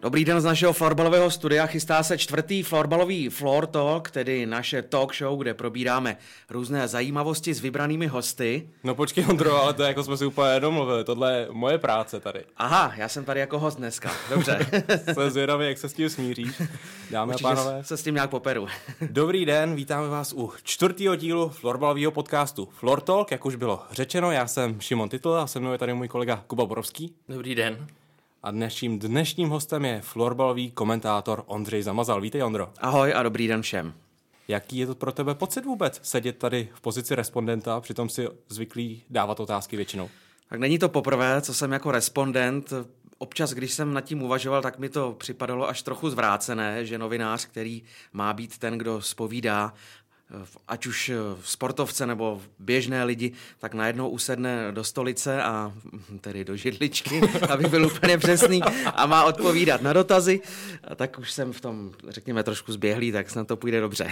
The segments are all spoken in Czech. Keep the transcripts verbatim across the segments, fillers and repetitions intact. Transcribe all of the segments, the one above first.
Dobrý den z našeho florbalového studia. Chystá se čtvrtý florbalový Floor Talk, tedy naše talk show, kde probíráme různé zajímavosti s vybranými hosty. No počkej, Ondro, ale to jako jsme si úplně domluvili. Tohle je moje práce tady. Aha, já jsem tady jako host dneska. Dobře. Jsem zvědavý, jak se s tím smíříš. Dámy Určitě a pánové. se s tím nějak poperu. Dobrý den, vítáme vás u čtvrtého dílu florbalového podcastu Floor Talk. Jak už bylo řečeno, já jsem Šimon Titl a se mnou je tady můj kolega Kuba Borovský. Dobrý den. A dnešním dnešním hostem je florbalový komentátor Ondřej Zamazal. Vítej, Ondro. Ahoj a dobrý den všem. Jaký je to pro tebe pocit vůbec sedět tady v pozici respondenta, přitom si zvyklý dávat otázky většinou? Tak není to poprvé, co jsem jako respondent. Občas, když jsem nad tím uvažoval, tak mi to připadalo až trochu zvrácené, že novinář, který má být ten, kdo zpovídá, ať už sportovce nebo běžné lidi, tak najednou usedne do stolice a tedy do židličky, aby byl úplně přesný a má odpovídat na dotazy. A tak už jsem v tom, řekněme, trošku zběhlý, tak snad to půjde dobře.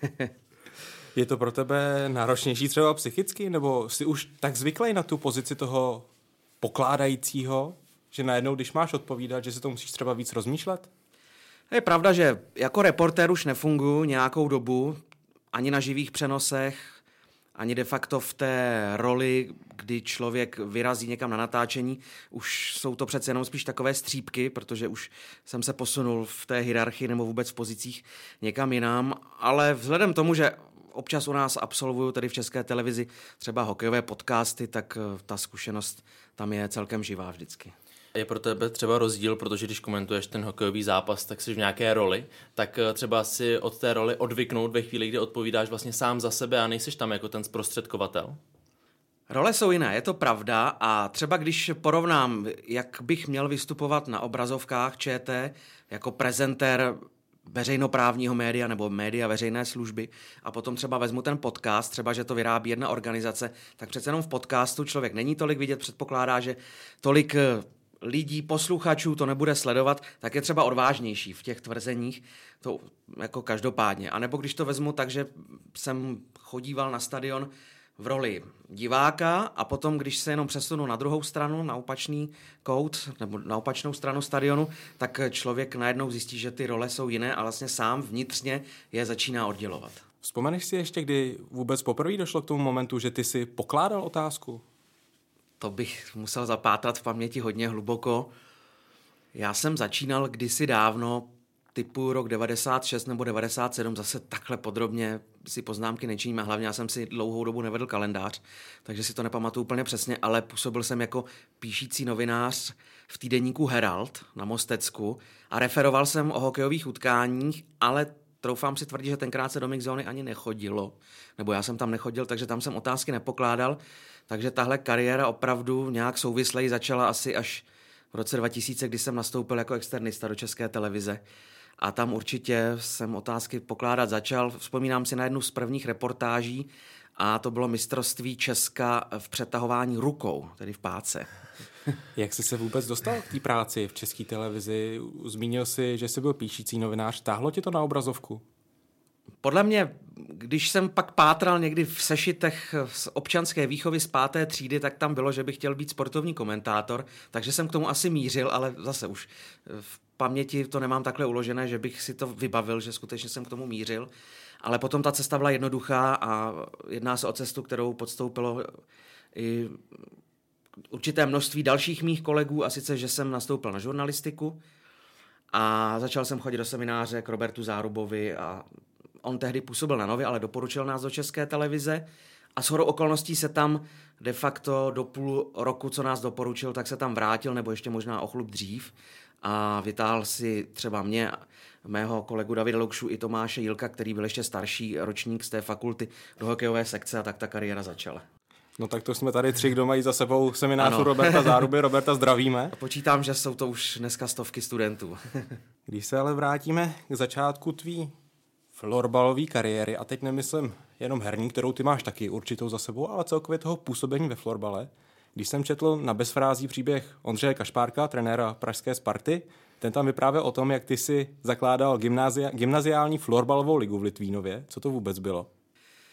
Je to pro tebe náročnější třeba psychicky, nebo jsi už tak zvyklý na tu pozici toho pokládajícího, že najednou, když máš odpovídat, že si to musíš třeba víc rozmýšlet? Je pravda, že jako reportér už nefunguji nějakou dobu, ani na živých přenosech, ani de facto v té roli, kdy člověk vyrazí někam na natáčení. Už jsou to přece jenom spíš takové střípky, protože už jsem se posunul v té hierarchii nebo vůbec v pozicích někam jinam. Ale vzhledem tomu, že občas u nás absolvuju tady v České televizi třeba hokejové podcasty, tak ta zkušenost tam je celkem živá vždycky. Je pro tebe třeba rozdíl, protože když komentuješ ten hokejový zápas, tak jsi v nějaké roli, tak třeba si od té roli odvyknout ve chvíli, kdy odpovídáš vlastně sám za sebe a nejseš tam jako ten zprostředkovatel? Role jsou jiné, je to pravda, a třeba když porovnám, jak bych měl vystupovat na obrazovkách ČT jako prezentér veřejnoprávního média nebo média veřejné služby a potom třeba vezmu ten podcast, třeba že to vyrábí jedna organizace, tak přece jenom v podcastu člověk není tolik vidět, předpokládá, že tolik lidí, posluchačů to nebude sledovat, tak je třeba odvážnější v těch tvrzeních, to jako každopádně. A nebo když to vezmu tak, že jsem chodíval na stadion v roli diváka a potom, když se jenom přesunu na druhou stranu, na opačný kout, nebo na opačnou stranu stadionu, tak člověk najednou zjistí, že ty role jsou jiné a vlastně sám vnitřně je začíná oddělovat. Vzpomeneš si ještě, kdy vůbec poprvé došlo k tomu momentu, že ty si pokládal otázku? To bych musel zapátrat v paměti hodně hluboko. Já jsem začínal kdysi dávno, typu rok devadesát šest nebo devadesát sedm, zase takhle podrobně si poznámky nečiním a hlavně já jsem si dlouhou dobu nevedl kalendář, takže si to nepamatuju úplně přesně, ale působil jsem jako píšící novinář v týdeníku Herald na Mostecku a referoval jsem o hokejových utkáních, ale troufám si tvrdit, že tenkrát se do mixzóny ani nechodilo, nebo já jsem tam nechodil, takže tam jsem otázky nepokládal, takže tahle kariéra opravdu nějak souvisleji začala asi až v roce dva tisíce, kdy jsem nastoupil jako externista do České televize. A tam určitě jsem otázky pokládat začal. Vzpomínám si na jednu z prvních reportáží a to bylo mistrovství Česka v přetahování rukou, tedy v páce. Jak jsi se vůbec dostal k té práci v České televizi? Zmínil jsi, že jsi byl píšící novinář. Táhlo tě to na obrazovku? Podle mě, když jsem pak pátral někdy v sešitech z občanské výchovy z páté třídy, tak tam bylo, že bych chtěl být sportovní komentátor, takže jsem k tomu asi mířil, ale zase už v paměti to nemám takhle uložené, že bych si to vybavil, že skutečně jsem k tomu mířil. Ale potom ta cesta byla jednoduchá a jedná se o cestu, kterou podstoupilo i určité množství dalších mých kolegů, a sice, že jsem nastoupil na žurnalistiku a začal jsem chodit do semináře k Robertu Zárubovi a on tehdy působil na Nově, ale doporučil nás do České televize a shodou okolností se tam de facto do půl roku, co nás doporučil, tak se tam vrátil, nebo ještě možná o chlup dřív a vytáhl si třeba mě, mého kolegu Davida Lukšu i Tomáše Jilka, který byl ještě starší ročník z té fakulty do hokejové sekce, a tak ta kariéra začala. No tak to jsme tady tři, kdo mají za sebou seminářu Roberta Záruby. Roberta, zdravíme. A počítám, že jsou to už dneska stovky studentů. Když se ale vrátíme k začátku tvý florbalové kariéry, a teď nemyslím jenom herní, kterou ty máš taky určitou za sebou, ale celkově toho působení ve florbale. Když jsem četl na bezfrází příběh Ondřeje Kašpárka, trenéra pražské Sparty, ten tam vyprávěl o tom, jak ty si zakládal gymnázia, gymnaziální florbalovou ligu v Litvínově. Co to vůbec bylo?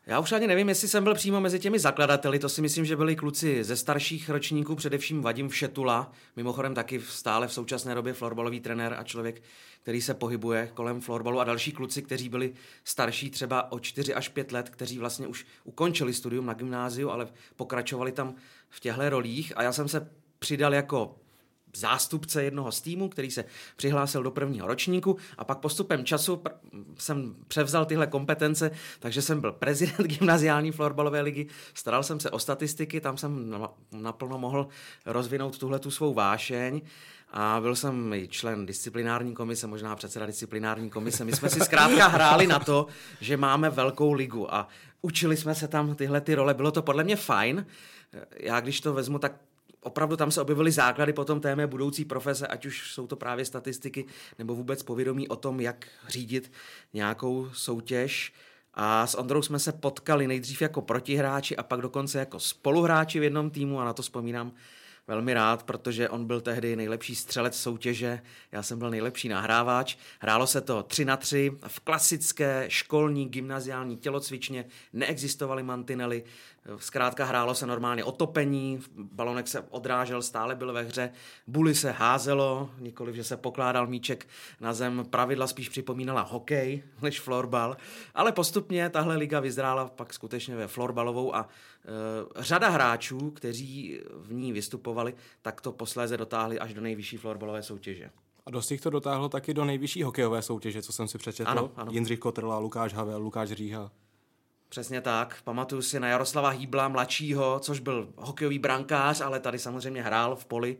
Já už ani nevím, jestli jsem byl přímo mezi těmi zakladateli, to si myslím, že byli kluci ze starších ročníků, především Vadim Všetula, mimochodem taky stále v současné době florbalový trenér a člověk, který se pohybuje kolem florbalu, a další kluci, kteří byli starší třeba o čtyři až pět let, kteří vlastně už ukončili studium na gymnáziu, ale pokračovali tam v těchto rolích, a já jsem se přidal jako zástupce jednoho z týmu, který se přihlásil do prvního ročníku, a pak postupem času pr- jsem převzal tyhle kompetence, takže jsem byl prezident gymnaziální florbalové ligy, staral jsem se o statistiky, tam jsem na- naplno mohl rozvinout tuhletu svou vášeň, a byl jsem i člen disciplinární komise, možná předseda disciplinární komise. My jsme si zkrátka hráli na to, že máme velkou ligu, a učili jsme se tam tyhle ty role. Bylo to podle mě fajn. Já když to vezmu, tak opravdu tam se objevily základy potom té mé budoucí profese, ať už jsou to právě statistiky nebo vůbec povědomí o tom, jak řídit nějakou soutěž. A s Ondrou jsme se potkali nejdřív jako protihráči a pak dokonce jako spoluhráči v jednom týmu, a na to vzpomínám velmi rád, protože on byl tehdy nejlepší střelec soutěže, já jsem byl nejlepší nahrávač. Hrálo se to tři na tři v klasické školní gymnaziální tělocvičně, neexistovaly mantinely, zkrátka hrálo se normálně o topení, balonek se odrážel, stále byl ve hře, buly se házelo, nikoliv, že se pokládal míček na zem, pravidla spíš připomínala hokej než florbal, ale postupně tahle liga vyzrála pak skutečně ve florbalovou, a e, řada hráčů, kteří v ní vystupovali, tak to posléze dotáhli až do nejvyšší florbalové soutěže. A dost jich to dotáhlo taky do nejvyšší hokejové soutěže, co jsem si přečetl. Ano, ano. Jindřich Kotrla, Lukáš Havel, Lukáš Říha. Přesně tak. Pamatuju si na Jaroslava Hýbla mladšího, což byl hokejový brankář, ale tady samozřejmě hrál v poli.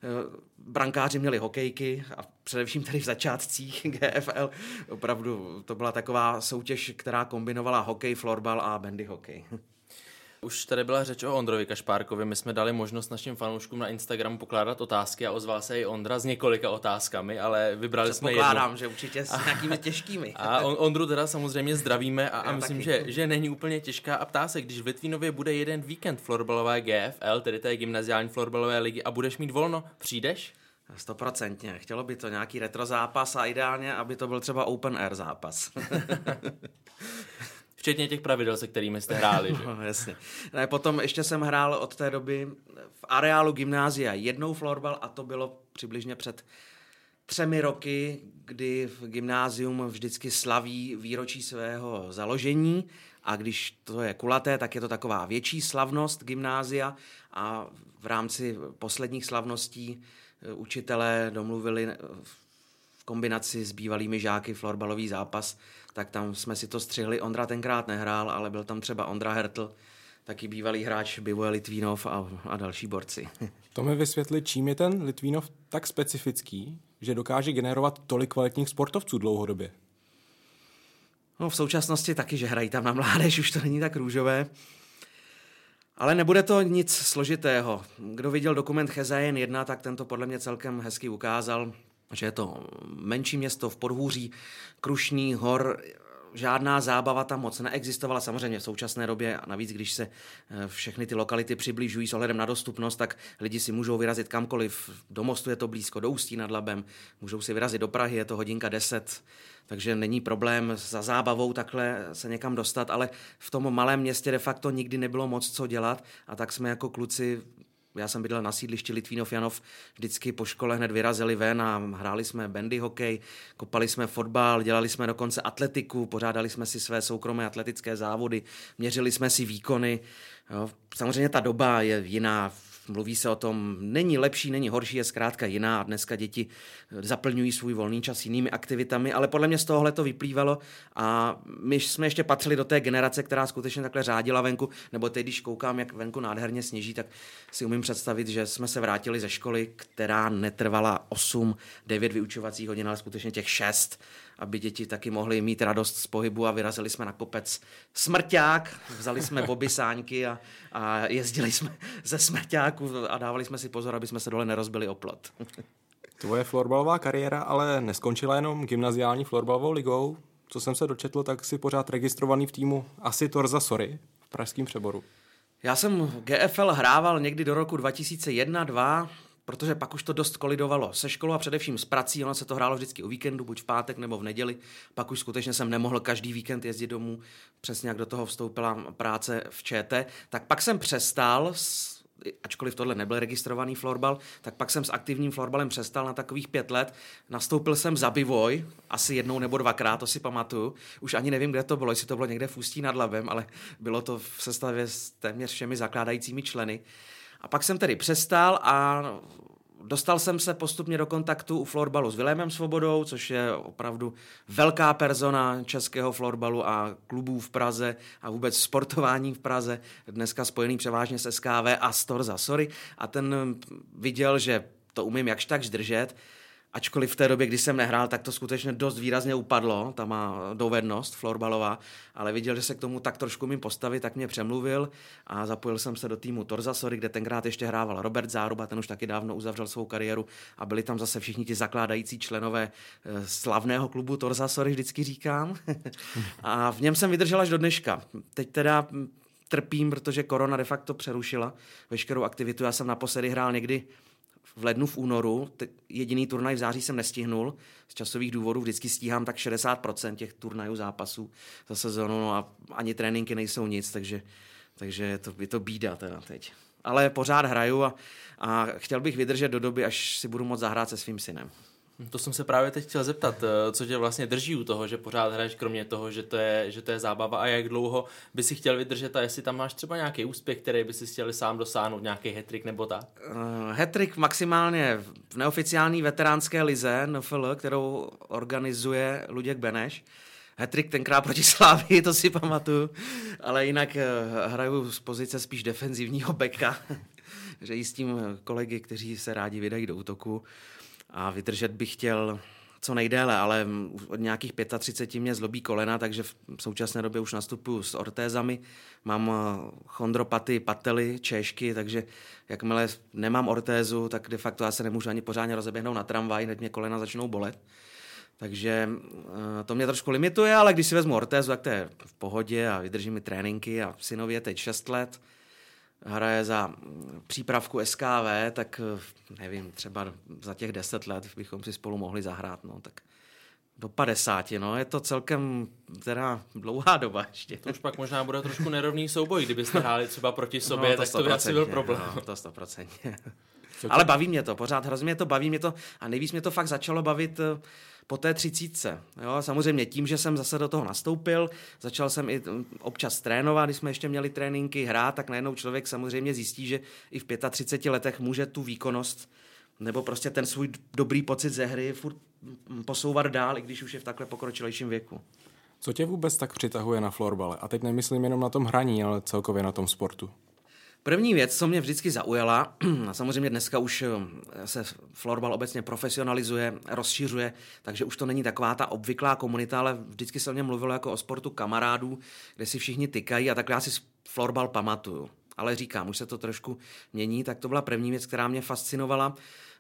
Brankáři měli hokejky, a především tady v začátcích G F L. Opravdu to byla taková soutěž, která kombinovala hokej, florbal a bandy hokej. Už tady byla řeč o Ondrovi Kašpárkovi, my jsme dali možnost našim fanouškům na Instagramu pokládat otázky a ozval se i Ondra s několika otázkami, ale vybrali jsme jednu. Pokládám, že určitě s nějakými těžkými. A on, Ondru teda samozřejmě zdravíme, a, a myslím, že, taky. že není úplně těžká, a ptá se, když v Litvínově bude jeden víkend florbalové G F L, tedy té gymnaziální florbalové ligy, a budeš mít volno, přijdeš? Stoprocentně. Chtělo by to nějaký retro zápas, a ideálně, aby to byl třeba open air zápas. Včetně těch pravidel, se kterými jste hráli, že? No, jasně. Ne, potom ještě jsem hrál od té doby v areálu gymnázia jednou florbal, a to bylo přibližně před třemi roky, kdy v gymnázium vždycky slaví výročí svého založení, a když to je kulaté, tak je to taková větší slavnost gymnázia, a v rámci posledních slavností učitelé domluvili v kombinaci s bývalými žáky florbalový zápas, tak tam jsme si to střihli. Ondra tenkrát nehrál, ale byl tam třeba Ondra Hertl, taky bývalý hráč Bivoje Litvínov a, a další borci. To mi vysvětli, čím je ten Litvínov tak specifický, že dokáže generovat tolik kvalitních sportovců dlouhodobě. No, v současnosti taky, že hrají tam na mládež, už to není tak růžové. Ale nebude to nic složitého. Kdo viděl dokument Chezajen jedna, tak tento podle mě celkem hezky ukázal, že je to menší město v podhůří Krušných hor, žádná zábava tam moc neexistovala, samozřejmě v současné době, a navíc, když se všechny ty lokality přibližují s ohledem na dostupnost, tak lidi si můžou vyrazit kamkoliv. Do Mostu je to blízko, do Ústí nad Labem, můžou si vyrazit do Prahy, je to hodinka deset, takže není problém za zábavou takhle se někam dostat, ale v tom malém městě de facto nikdy nebylo moc co dělat, a tak jsme jako kluci, já jsem bydlel na sídlišti Litvínov Janov, vždycky po škole hned vyrazili ven a hráli jsme bandy hokej, kopali jsme fotbal, dělali jsme dokonce atletiku, pořádali jsme si své soukromé atletické závody, měřili jsme si výkony. Jo. Samozřejmě ta doba je jiná, mluví se o tom, není lepší, není horší, je zkrátka jiná, a dneska děti zaplňují svůj volný čas jinými aktivitami, ale podle mě z tohohle to vyplývalo, a my jsme ještě patřili do té generace, která skutečně takhle řádila venku, nebo teď, když koukám, jak venku nádherně sněží, tak si umím představit, že jsme se vrátili ze školy, která netrvala osm devět vyučovacích hodin, ale skutečně těch šest, aby děti taky mohly mít radost z pohybu, a vyrazili jsme na kopec Smrťák, vzali jsme boby sáňky a, a jezdili jsme ze Smrťáku a dávali jsme si pozor, aby jsme se dole nerozbili o plot. Tvoje florbalová kariéra ale neskončila jenom gymnaziální florbalovou ligou. Co jsem se dočetl, tak si pořád registrovaný v týmu asi Torza Sory v pražském Přeboru. Já jsem G F L hrával někdy do roku dva tisíce jedna dva, protože pak už to dost kolidovalo se školou a především s prací, ono se to hrálo vždycky o víkendu, buď v pátek nebo v neděli, pak už skutečně jsem nemohl každý víkend jezdit domů, přesně jak do toho vstoupila práce v ČT, tak pak jsem přestal, s, ačkoliv tohle nebyl registrovaný florbal, tak pak jsem s aktivním florbalem přestal na takových pět let, nastoupil jsem za Bivoj, asi jednou nebo dvakrát, to si pamatuju, už ani nevím, kde to bylo, jestli to bylo někde v Ústí nad Labem, ale bylo to v sestavě s téměř všemi zakládajícími členy. A pak jsem tedy přestal a dostal jsem se postupně do kontaktu u florbalu s Vilémem Svobodou, což je opravdu velká persona českého florbalu a klubů v Praze a vůbec sportování v Praze, dneska spojený převážně s S K V a s Torza Sory. A ten viděl, že to umím jakž tak zdržet, ačkoliv v té době, kdy jsem nehrál, tak to skutečně dost výrazně upadlo, ta má dovednost florbalová, ale viděl, že se k tomu tak trošku umím postavit, tak mě přemluvil a zapojil jsem se do týmu Torza Sory, kde tenkrát ještě hrával Robert Záruba, ten už taky dávno uzavřel svou kariéru a byli tam zase všichni ti zakládající členové slavného klubu Torza Sory, vždycky říkám. A v něm jsem vydržel až do dneška. Teď teda trpím, protože korona de facto přerušila veškerou aktivitu. Já jsem naposledy hrál někdy v lednu, v únoru, jediný turnaj v září jsem nestihnul, z časových důvodů vždycky stíhám tak šedesát procent těch turnajů zápasů za sezónu, no a ani tréninky nejsou nic, takže, takže je, to, je to bída teda teď. Ale pořád hraju a, a chtěl bych vydržet do doby, až si budu moct zahrát se svým synem. To jsem se právě teď chtěl zeptat, co tě vlastně drží u toho, že pořád hraješ, kromě toho, že to je, že to je zábava, a jak dlouho by si chtěl vydržet a jestli tam máš třeba nějaký úspěch, který by si chtěl sám dosáhnout, nějaký hat-trick nebo tak? Uh, hat-trick maximálně v neoficiální veteránské lize N F L, kterou organizuje Luděk Beneš. Hat-trick tenkrát proti Slávii, to si pamatuju, ale jinak uh, hraju z pozice spíš defenzivního beka, že i s tím kolegy, kteří se rádi vydají do útoku. A vydržet bych chtěl co nejdéle, ale od nějakých třicet pět mě zlobí kolena, takže v současné době už nastupuju s ortézami. Mám chondropatii pately, češky, takže jakmile nemám ortézu, tak de facto já se nemůžu ani pořádně rozeběhnout na tramvaj, hned mě kolena začnou bolet. Takže to mě trošku limituje, ale když si vezmu ortézu, tak to je v pohodě a vydrží mi tréninky a synovi je teď šest let. Hraje za přípravku S K V, tak nevím, třeba za těch deset let bychom si spolu mohli zahrát, no, tak do padesáti, no, je to celkem teda dlouhá doba ještě. To už pak možná bude trošku nerovný souboj, kdybyste hráli třeba proti sobě, no, tak to by asi byl problém. No, to sto procent. Ale baví mě to, pořád hrozně mě to baví mě to a nejvíc mě to fakt začalo bavit po té třicítce. Jo, samozřejmě tím, že jsem zase do toho nastoupil, začal jsem i občas trénovat, když jsme ještě měli tréninky, hrát, tak najednou člověk samozřejmě zjistí, že i v třiceti pěti letech může tu výkonnost nebo prostě ten svůj dobrý pocit ze hry furt posouvat dál, i když už je v takhle pokročilejším věku. Co tě vůbec tak přitahuje na florbale? A teď nemyslím jenom na tom hraní, ale celkově na tom sportu. První věc, co mě vždycky zaujala, a samozřejmě dneska už se florbal obecně profesionalizuje, rozšiřuje, takže už to není taková ta obvyklá komunita, ale vždycky se o něm mluvilo jako o sportu kamarádů, kde si všichni tykají a takhle já si florbal pamatuju. Ale říkám, už se to trošku mění, tak to byla první věc, která mě fascinovala.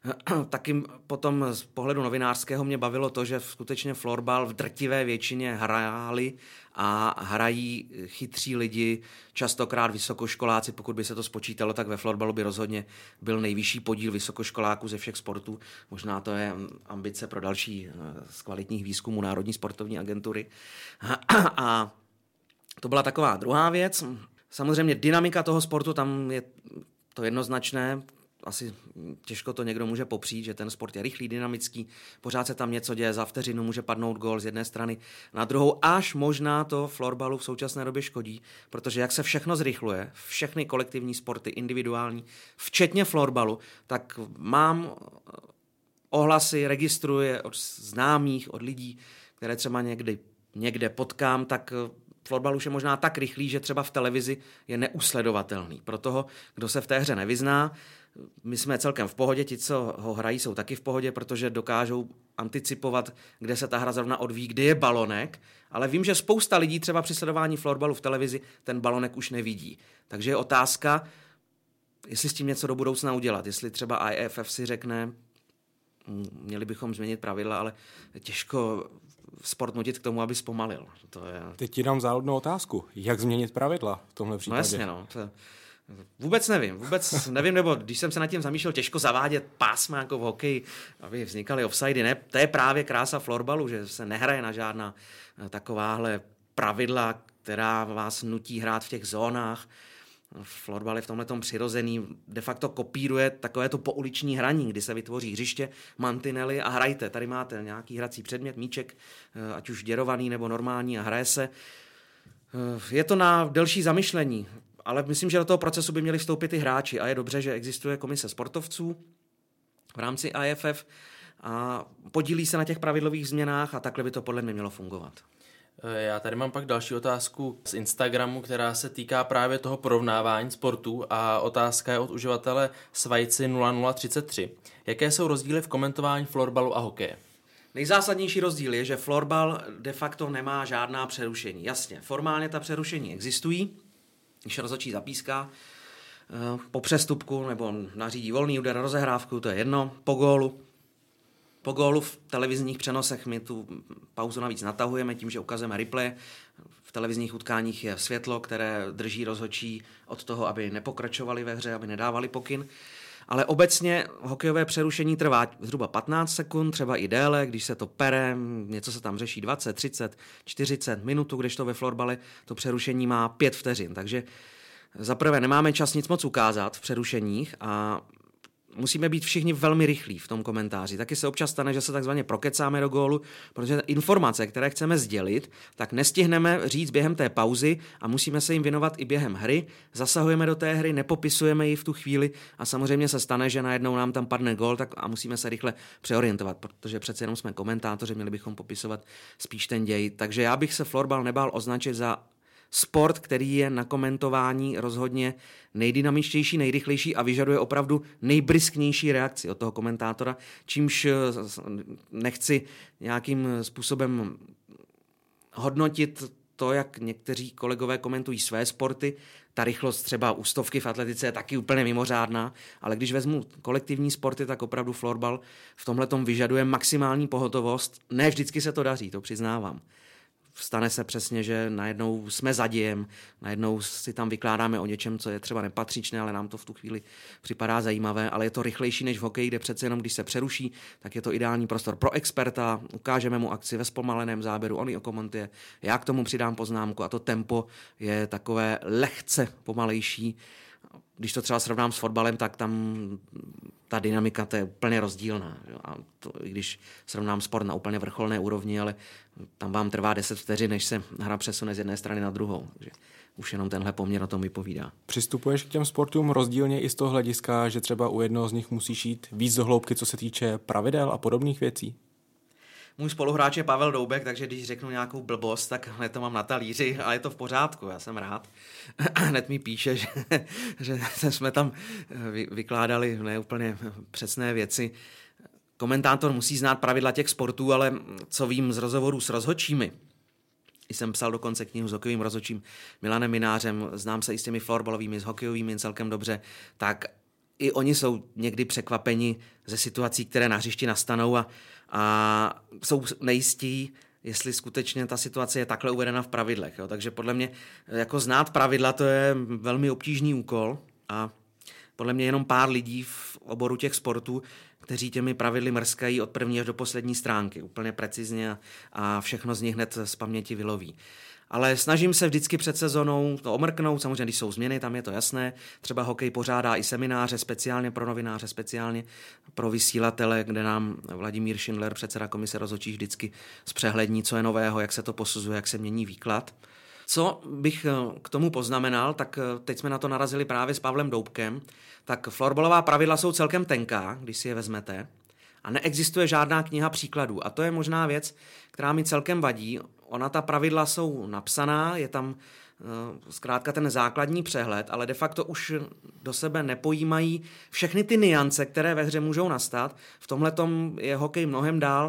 Taky potom z pohledu novinářského mě bavilo to, že skutečně florbal v drtivé většině hráli a hrají chytří lidi, častokrát vysokoškoláci, pokud by se to spočítalo, tak ve florbalu by rozhodně byl nejvyšší podíl vysokoškoláků ze všech sportů. Možná to je ambice pro další z kvalitních výzkumů Národní sportovní agentury. A to byla taková druhá věc. Samozřejmě dynamika toho sportu, tam je to jednoznačné, asi těžko to někdo může popřít, že ten sport je rychlý, dynamický, pořád se tam něco děje, za vteřinu může padnout gól z jedné strany na druhou, až možná to florbalu v současné době škodí, protože jak se všechno zrychluje, všechny kolektivní sporty, individuální, včetně florbalu, tak mám ohlasy, registruje od známých, od lidí, které třeba někdy, někde potkám, tak florbal už je možná tak rychlý, že třeba v televizi je neusledovatelný. Pro toho, kdo se v té hře nevyzná, my jsme celkem v pohodě, ti, co ho hrají, jsou taky v pohodě, protože dokážou anticipovat, kde se ta hra zrovna odvíjí, kdy je balonek, ale vím, že spousta lidí třeba při sledování florbalu v televizi ten balonek už nevidí. Takže je otázka, jestli s tím něco do budoucna udělat, jestli třeba I F F si řekne, měli bychom změnit pravidla, ale těžko sport nutit k tomu, aby zpomalil. To je... Teď ti dám záludnou otázku. Jak změnit pravidla v tomhle případě? No jasně, no. To, Vůbec nevím, vůbec nevím, nebo když jsem se nad tím zamýšlel, těžko zavádět pásma jako v hokeji, aby vznikaly offsidy. Ne, to je právě krása florbalu, že se nehraje na žádná takováhle pravidla, která vás nutí hrát v těch zónách. Florbal je v tomhletom přirozený, de facto kopíruje takové to pouliční hraní, kdy se vytvoří hřiště, mantinely a hrajte. Tady máte nějaký hrací předmět, míček, ať už děrovaný nebo normální a hraje se. Je to na delší zamyšlení, ale myslím, že do toho procesu by měli vstoupit i hráči a je dobře, že existuje komise sportovců v rámci I F F a podílí se na těch pravidlových změnách a takhle by to podle mě mělo fungovat. Já tady mám pak další otázku z Instagramu, která se týká právě toho porovnávání sportů a otázka je od uživatele Svajci nula nula třicet tři. Jaké jsou rozdíly v komentování florbalu a hokeje? Nejzásadnější rozdíl je, že florbal de facto nemá žádná přerušení. Jasně, formálně ta přerušení existují, když rozhodčí zapíská po přestupku nebo nařídí volný úder, rozehrávku, to je jedno, po gólu. Po gólu v televizních přenosech my tu pauzu navíc natahujeme tím, že ukazujeme replay. V televizních utkáních je světlo, které drží rozhodčí od toho, aby nepokračovali ve hře, aby nedávali pokyn. Ale obecně hokejové přerušení trvá zhruba patnáct sekund, třeba i déle, když se to pere, něco se tam řeší dvacet, třicet, čtyřicet minut, kdežto ve florbale to přerušení má pět vteřin. Takže zaprvé nemáme čas nic moc ukázat v přerušeních a musíme být všichni velmi rychlí v tom komentáři. Taky se občas stane, že se takzvaně prokecáme do gólu, protože informace, které chceme sdělit, tak nestihneme říct během té pauzy a musíme se jim věnovat i během hry. Zasahujeme do té hry, nepopisujeme ji v tu chvíli a samozřejmě se stane, že najednou nám tam padne gól, tak a musíme se rychle přeorientovat, protože přece jenom jsme komentátoři, měli bychom popisovat spíš ten děj. Takže já bych se florbal nebál označit za sport, který je na komentování rozhodně nejdynamičtější, nejrychlejší a vyžaduje opravdu nejbrisknější reakci od toho komentátora, čímž nechci nějakým způsobem hodnotit to, jak někteří kolegové komentují své sporty. Ta rychlost třeba u stovky v atletice je taky úplně mimořádná, ale když vezmu kolektivní sporty, tak opravdu florbal v tomhletom vyžaduje maximální pohotovost. Ne vždycky se to daří, to přiznávám. Stane se přesně, že najednou jsme za dějem, najednou si tam vykládáme o něčem, co je třeba nepatřičné, ale nám to v tu chvíli připadá zajímavé, ale je to rychlejší než v hokeji, kde přece jenom, když se přeruší, tak je to ideální prostor pro experta, ukážeme mu akci ve zpomaleném záběru, on ji okomentuje, já k tomu přidám poznámku a to tempo je takové lehce pomalejší. Když to třeba srovnám s fotbalem, tak tam ta dynamika to je úplně rozdílná. Jo? A to, i když srovnám sport na úplně vrcholné úrovni, ale tam vám trvá deset vteřin, než se hra přesune z jedné strany na druhou. Takže už jenom tenhle poměr o tom vypovídá. Přistupuješ k těm sportům rozdílně i z toho hlediska, že třeba u jednoho z nich musíš jít víc do hloubky, co se týče pravidel a podobných věcí? Můj spoluhráč je Pavel Doubek, takže když řeknu nějakou blbost, tak hned to mám na talíři a je to v pořádku, já jsem rád. Hned mi píše, že, že jsme tam vykládali neúplně přesné věci. Komentátor musí znát pravidla těch sportů, ale co vím z rozhovorů s rozhodčími, jsem psal dokonce knihu s hokejovým rozhodčím Milanem Minářem, znám se i s těmi florbalovými, s hokejovými celkem dobře, tak i oni jsou někdy překvapeni ze situací, které na hřišti nastanou a, a jsou nejistí, jestli skutečně ta situace je takhle uvedena v pravidlech. Jo. Takže podle mě jako znát pravidla, to je velmi obtížný úkol a podle mě jenom pár lidí v oboru těch sportů, kteří těmi pravidly mrskají od první až do poslední stránky, úplně precizně a, a všechno z nich hned z paměti vyloví. Ale snažím se vždycky před sezónou to omrknout, samozřejmě když jsou změny, tam je to jasné. Třeba hokej pořádá i semináře speciálně pro novináře, speciálně pro vysílatele, kde nám Vladimír Schindler, předseda komise rozhodčích, vždycky zpřehlední, co je nového, jak se to posuzuje, jak se mění výklad. Co bych k tomu poznamenal, tak teď jsme na to narazili právě s Pavlem Doubkem, tak florbalová pravidla jsou celkem tenká, když si je vezmete, a neexistuje žádná kniha příkladů. A to je možná věc, která mi celkem vadí. Ona, ta pravidla jsou napsaná, je tam uh, zkrátka ten základní přehled, ale de facto už do sebe nepojímají všechny ty nuance, které ve hře můžou nastat. V tomhletom je hokej mnohem dál,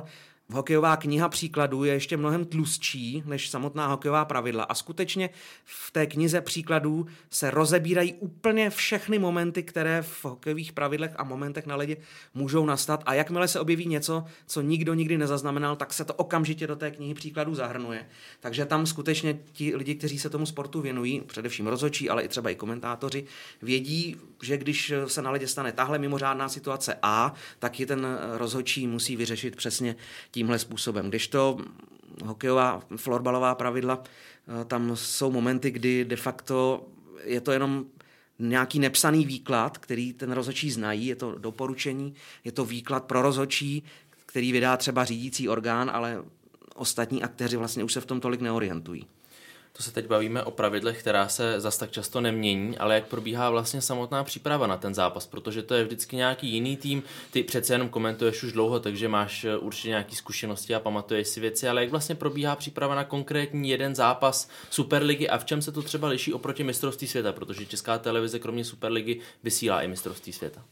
hokejová kniha příkladů je ještě mnohem tlustší než samotná hokejová pravidla a skutečně v té knize příkladů se rozebírají úplně všechny momenty, které v hokejových pravidlech a momentech na ledě můžou nastat a jakmile se objeví něco, co nikdo nikdy nezaznamenal, tak se to okamžitě do té knihy příkladů zahrnuje. Takže tam skutečně ti lidi, kteří se tomu sportu věnují, především rozhodčí, ale i třeba i komentátoři, vědí, že když se na ledě stane tahle mimořádná situace A, tak ji ten rozhodčí musí vyřešit přesně tímhle způsobem. Když to hokejová, florbalová pravidla, tam jsou momenty, kdy de facto je to jenom nějaký nepsaný výklad, který ten rozhodčí znají, je to doporučení, je to výklad pro rozhodčí, který vydá třeba řídící orgán, ale ostatní aktéři vlastně už se v tom tolik neorientují. To se teď bavíme o pravidlech, která se zas tak často nemění, ale jak probíhá vlastně samotná příprava na ten zápas, protože to je vždycky nějaký jiný tým. Ty přece jenom komentuješ už dlouho, takže máš určitě nějaké zkušenosti a pamatuješ si věci, ale jak vlastně probíhá příprava na konkrétní jeden zápas Superligy a v čem se to třeba liší oproti mistrovství světa, protože Česká televize kromě Superligy vysílá i mistrovství světa.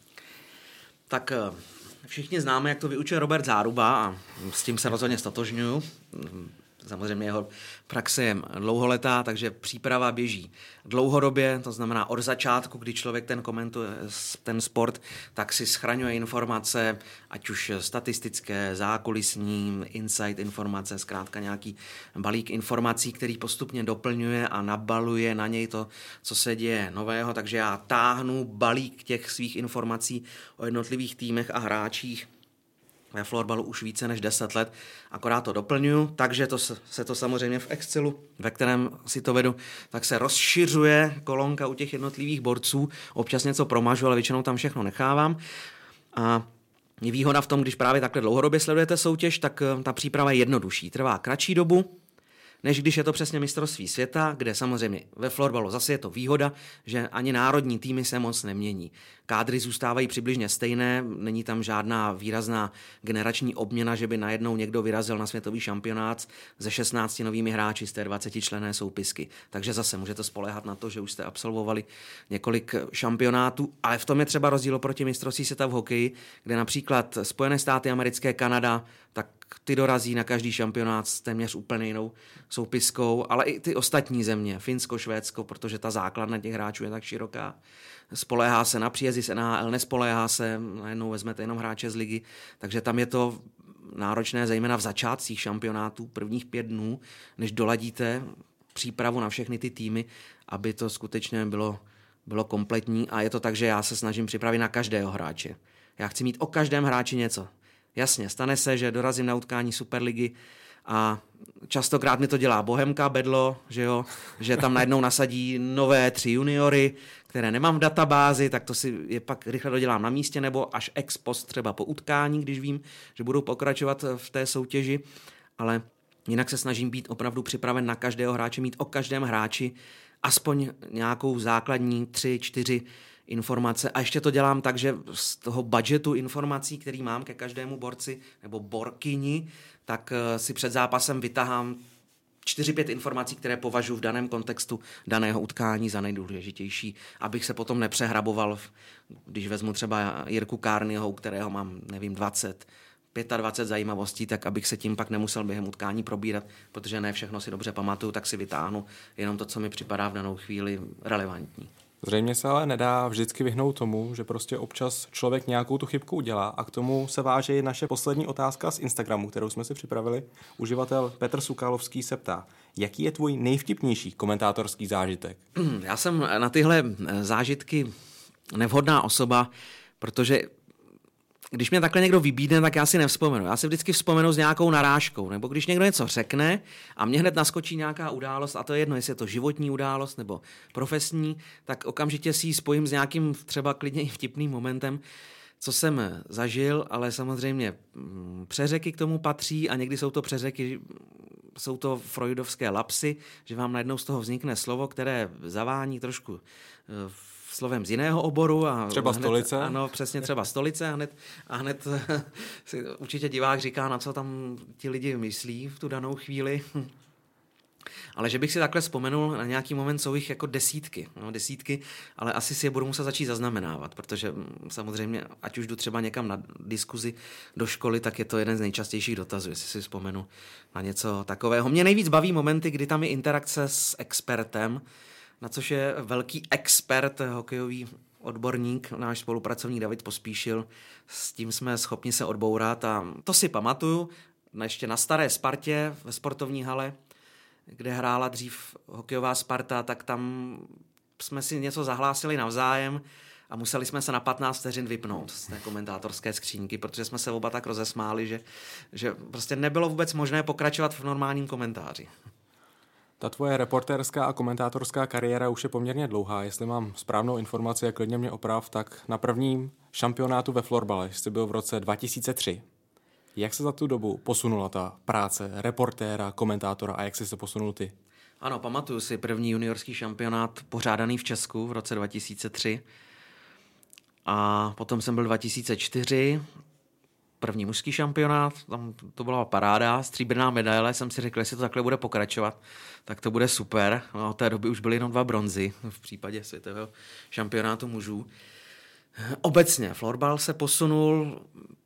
Tak všichni známe, jak to vyučuje Robert Záruba a s tím se rozhodně stotožňuju. Samozřejmě jeho praxe je dlouholetá, takže příprava běží dlouhodobě, to znamená od začátku, kdy člověk ten komentuje ten sport, tak si schraňuje informace, ať už statistické, zákulisní, insight informace, zkrátka nějaký balík informací, který postupně doplňuje a nabaluje na něj to, co se děje nového, takže já táhnu balík těch svých informací o jednotlivých týmech a hráčích ve florbalu už více než deset let, akorát to doplňuju, takže to se to samozřejmě v Excelu, ve kterém si to vedu, tak se rozšiřuje kolonka u těch jednotlivých borců, občas něco promažu, ale většinou tam všechno nechávám a je výhoda v tom, když právě takhle dlouhodobě sledujete soutěž, tak ta příprava je jednodušší, trvá kratší dobu, než když je to přesně mistrovství světa, kde samozřejmě ve florbalu zase je to výhoda, že ani národní týmy se moc nemění. Kádry zůstávají přibližně stejné, není tam žádná výrazná generační obměna, že by najednou někdo vyrazil na světový šampionát ze šestnácti novými hráči z té dvacetičlenné soupisky. Takže zase můžete spoléhat na to, že už jste absolvovali několik šampionátů, ale v tom je třeba rozdíl oproti mistrovství světa v hokeji, kde například Spojené státy americké, Kanada, tak ty dorazí na každý šampionát s téměř úplně jinou soupiskou, ale i ty ostatní země, Finsko, Švédsko, protože ta základna těch hráčů je tak široká. Spoléhá se na příjezdy z N H L, nespoléhá se, najednou vezmete jenom hráče z ligy, takže tam je to náročné, zejména v začátcích šampionátů, prvních pět dnů, než doladíte přípravu na všechny ty týmy, aby to skutečně bylo, bylo kompletní a je to tak, že já se snažím připravit na každého hráče. Já chci mít o každém hráči něco. Jasně, stane se, že dorazím na utkání Superligy a častokrát mi to dělá Bohemka, Bedlo, že jo, že tam najednou nasadí nové tři juniory, které nemám v databázi, tak to si je pak rychle dodělám na místě nebo až ex post třeba po utkání, když vím, že budou pokračovat v té soutěži, ale jinak se snažím být opravdu připraven na každého hráče, mít o každém hráči aspoň nějakou základní tři, čtyři informace a ještě to dělám tak, že z toho budgetu informací, který mám ke každému borci nebo borkyni, tak si před zápasem vytahám čtyři pět informací, které považuji v daném kontextu daného utkání za nejdůležitější, abych se potom nepřehraboval, když vezmu třeba Jirku Kárnyho, u kterého mám, nevím, dvacet, dvacet pět zajímavostí, tak abych se tím pak nemusel během utkání probírat, protože ne všechno si dobře pamatuju, tak si vytáhnu jenom to, co mi připadá v danou chvíli relevantní. Zřejmě se ale nedá vždycky vyhnout tomu, že prostě občas člověk nějakou tu chybku udělá a k tomu se váže i naše poslední otázka z Instagramu, kterou jsme si připravili. Uživatel Petr Sukálovský se ptá, jaký je tvůj nejvtipnější komentátorský zážitek? Já jsem na tyhle zážitky nevhodná osoba, protože když mě takhle někdo vybídne, tak já si nevzpomenu. Já si vždycky vzpomenu s nějakou narážkou, nebo když někdo něco řekne a mě hned naskočí nějaká událost, a to je jedno, jestli je to životní událost nebo profesní, tak okamžitě si ji spojím s nějakým třeba klidně i vtipným momentem, co jsem zažil, ale samozřejmě přeřeky k tomu patří a někdy jsou to přeřeky, jsou to freudovské lapsy, že vám najednou z toho vznikne slovo, které zavání trošku slovem z jiného oboru. A třeba hned, stolice. Ano, přesně třeba stolice a hned, a hned si určitě divák říká, na co tam ti lidi myslí v tu danou chvíli. Ale že bych si takhle vzpomenul na nějaký moment, jsou jich jako desítky, no, desítky, ale asi si je budu muset začít zaznamenávat, protože samozřejmě, ať už jdu třeba někam na diskuzi do školy, tak je to jeden z nejčastějších dotazů, jestli si vzpomenu na něco takového. Mě nejvíc baví momenty, kdy tam je interakce s expertem, na což je velký expert, hokejový odborník, náš spolupracovník David Pospíšil, s tím jsme schopni se odbourat a to si pamatuju, ještě na staré Spartě ve sportovní hale, kde hrála dřív hokejová Sparta, tak tam jsme si něco zahlásili navzájem a museli jsme se na patnáct vteřin vypnout z té komentátorské skřínky, protože jsme se oba tak rozesmáli, že, že prostě nebylo vůbec možné pokračovat v normálním komentáři. Ta tvoje reportérská a komentátorská kariéra už je poměrně dlouhá. Jestli mám správnou informaci a klidně mě oprav, tak na prvním šampionátu ve florbale jsi byl v roce dva tisíce tři. Jak se za tu dobu posunula ta práce reportéra, komentátora a jak jsi se posunul ty? Ano, pamatuju si první juniorský šampionát pořádaný v Česku v roce dva tisíce tři a potom jsem byl dva tisíce čtyři, první mužský šampionát, tam to byla paráda, stříbrná medaile, jsem si řekl, jestli to takhle bude pokračovat, tak to bude super. No, od té doby už byly jenom dva bronzy v případě světového šampionátu mužů. Obecně florbal se posunul,